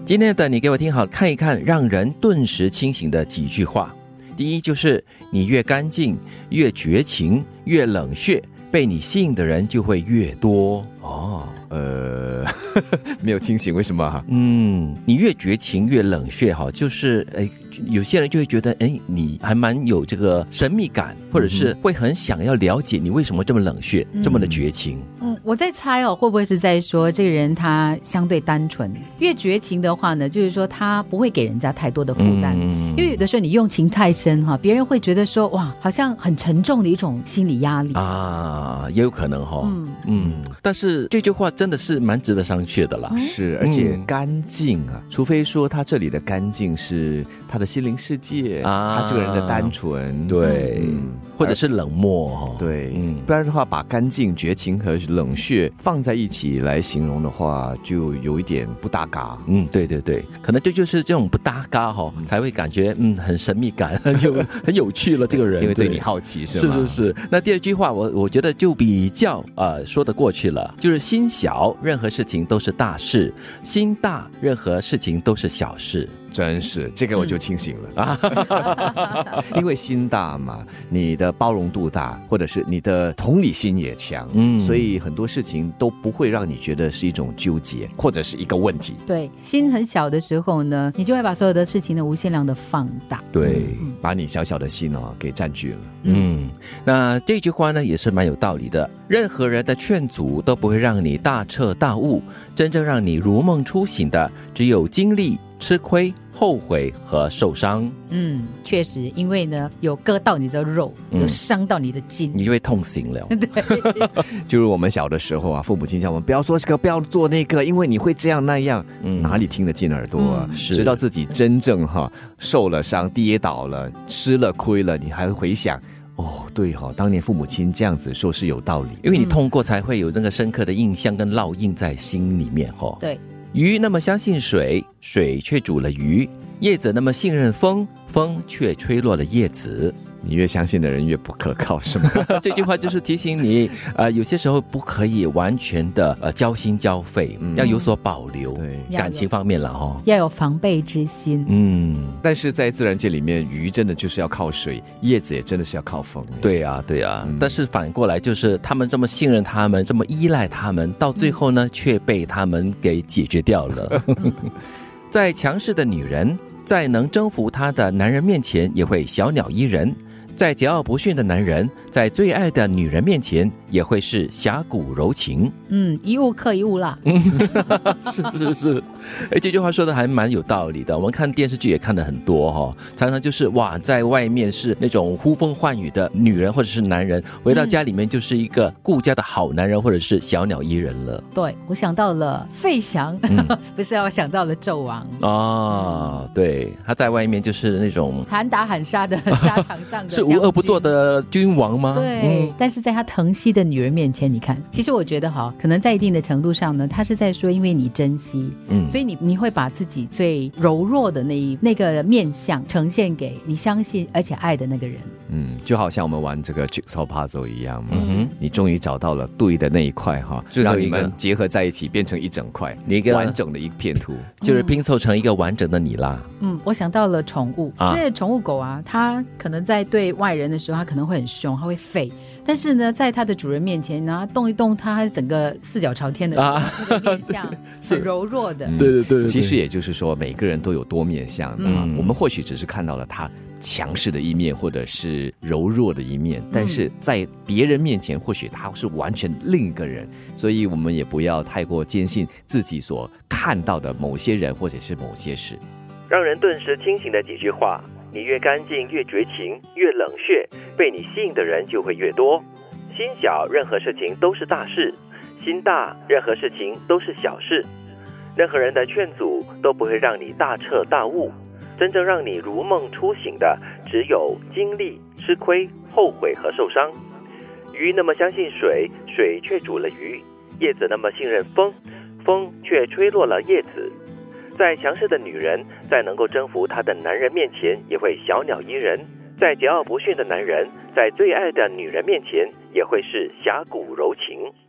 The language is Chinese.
今天的你给我听好看一看，让人顿时清醒的几句话。第一就是你越干净越绝情越冷血，被你吸引的人就会越多。 没有清醒，为什么？ 你越绝情越冷血就是有些人就会觉得你还蛮有这个神秘感，或者是会很想要了解你为什么这么冷血，这么的绝情。 我在猜会不会是在说这个人他相对单纯，越绝情的话呢，就是说他不会给人家太多的负担，因为有的时候你用情太深别人会觉得说哇，好像很沉重的一种心理压力啊，也有可能但是这句话真的是蛮值得商榷的啦。 是，而且干净除非说他这里的干净是他的心灵世界他这个人的单纯， 对，或者是冷漠对，不然的话把干净、绝情和冷血放在一起来形容的话，就有一点不搭嘎。 对对对，可能就是这种不搭嘎才会感觉很神秘感，就很有趣了这个人， 因为对你好奇是吗？ 是。那第二句话我觉得就比较说得过去了，就是心小任何事情都是大事，心大任何事情都是小事。 真是，这个我就清醒了因为心大嘛，你的包容度大，或者是你的同理心也强，所以很多事情都不会让你觉得是一种纠结或者是一个问题。 对，心很小的时候呢，你就会把所有的事情呢无限量的放大， 对， 把你小小的心给占据了。 那这句话呢也是蛮有道理的，任何人的劝阻都不会让你大彻大悟，真正让你如梦初醒的只有经历、吃亏、后悔和受伤。 确实，因为呢有割到你的肉，有伤到你的筋， 你就会痛醒了。 对， 就是我们小的时候父母亲叫我们不要做这个，不要做那个，因为你会这样那样，哪里听得进耳朵直到自己真正受了伤、跌倒了、吃了亏了，你还会回想对当年父母亲这样子说是有道理， 因为你痛过才会有那个深刻的印象跟烙印在心里面对， 鱼那么相信水，水却煮了鱼；叶子那么信任风，风却吹落了叶子。 你越相信的人越不可靠，是吗？ 这句话就是提醒你，有些时候不可以完全的交心交肺，要有所保留。对，感情方面了要有防备之心。 但是在自然界里面，鱼真的就是要靠水，叶子也真的是要靠风。 对啊，但是反过来就是他们这么信任他们，这么依赖他们，到最后呢，却被他们给解决掉了。在强势的女人，在能征服她的男人面前，也会小鸟依人。在桀骜不驯的男人，在最爱的女人面前也会是侠骨柔情。 一物克一物啦。 是。这句话说的还蛮有道理的。我们看电视剧也看得很多常常就是哇，在外面是那种呼风唤雨的女人或者是男人，回到家里面就是一个顾家的好男人或者是小鸟依人了。 对，我想到了费翔，不是，我想到了纣王。 对，他在外面就是那种喊打喊杀的沙场上的是无恶不作的君王吗？ 对，但是在他疼惜的女人面前，你看，其实我觉得可能在一定的程度上呢，他是在说因为你珍惜，所以你会把自己最柔弱的那个面相呈现给你相信而且爱的那个人。 就好像我们玩这个 Jigsaw Puzzle 一样你终于找到了对的那一块让你们结合在一起变成一整块，一个完整的一片图， 就是拼凑成一个完整的你啦。 我想到了宠物，因为宠物狗它可能在对外人的时候它可能会很凶，它会吠，但是呢在它的主人面前呢，动一动它整个四脚朝天的那个面相很柔弱的。 对， 其实也就是说每个人都有多面相我们或许只是看到了它强势的一面或者是柔弱的一面，但是在别人面前或许他是完全另一个人，所以我们也不要太过坚信自己所看到的某些人或者是某些事。 让人顿时清醒的几句话，你越干净越绝情越冷血，被你吸引的人就会越多。心小任何事情都是大事，心大任何事情都是小事。任何人的劝阻都不会让你大彻大悟，真正让你如梦初醒的只有经历、吃亏、后悔和受伤。鱼那么相信水，水却煮了鱼；叶子那么信任风，风却吹落了叶子。在强势的女人，在能够征服她的男人面前，也会小鸟依人；在桀骜不驯的男人，在最爱的女人面前，也会是侠骨柔情。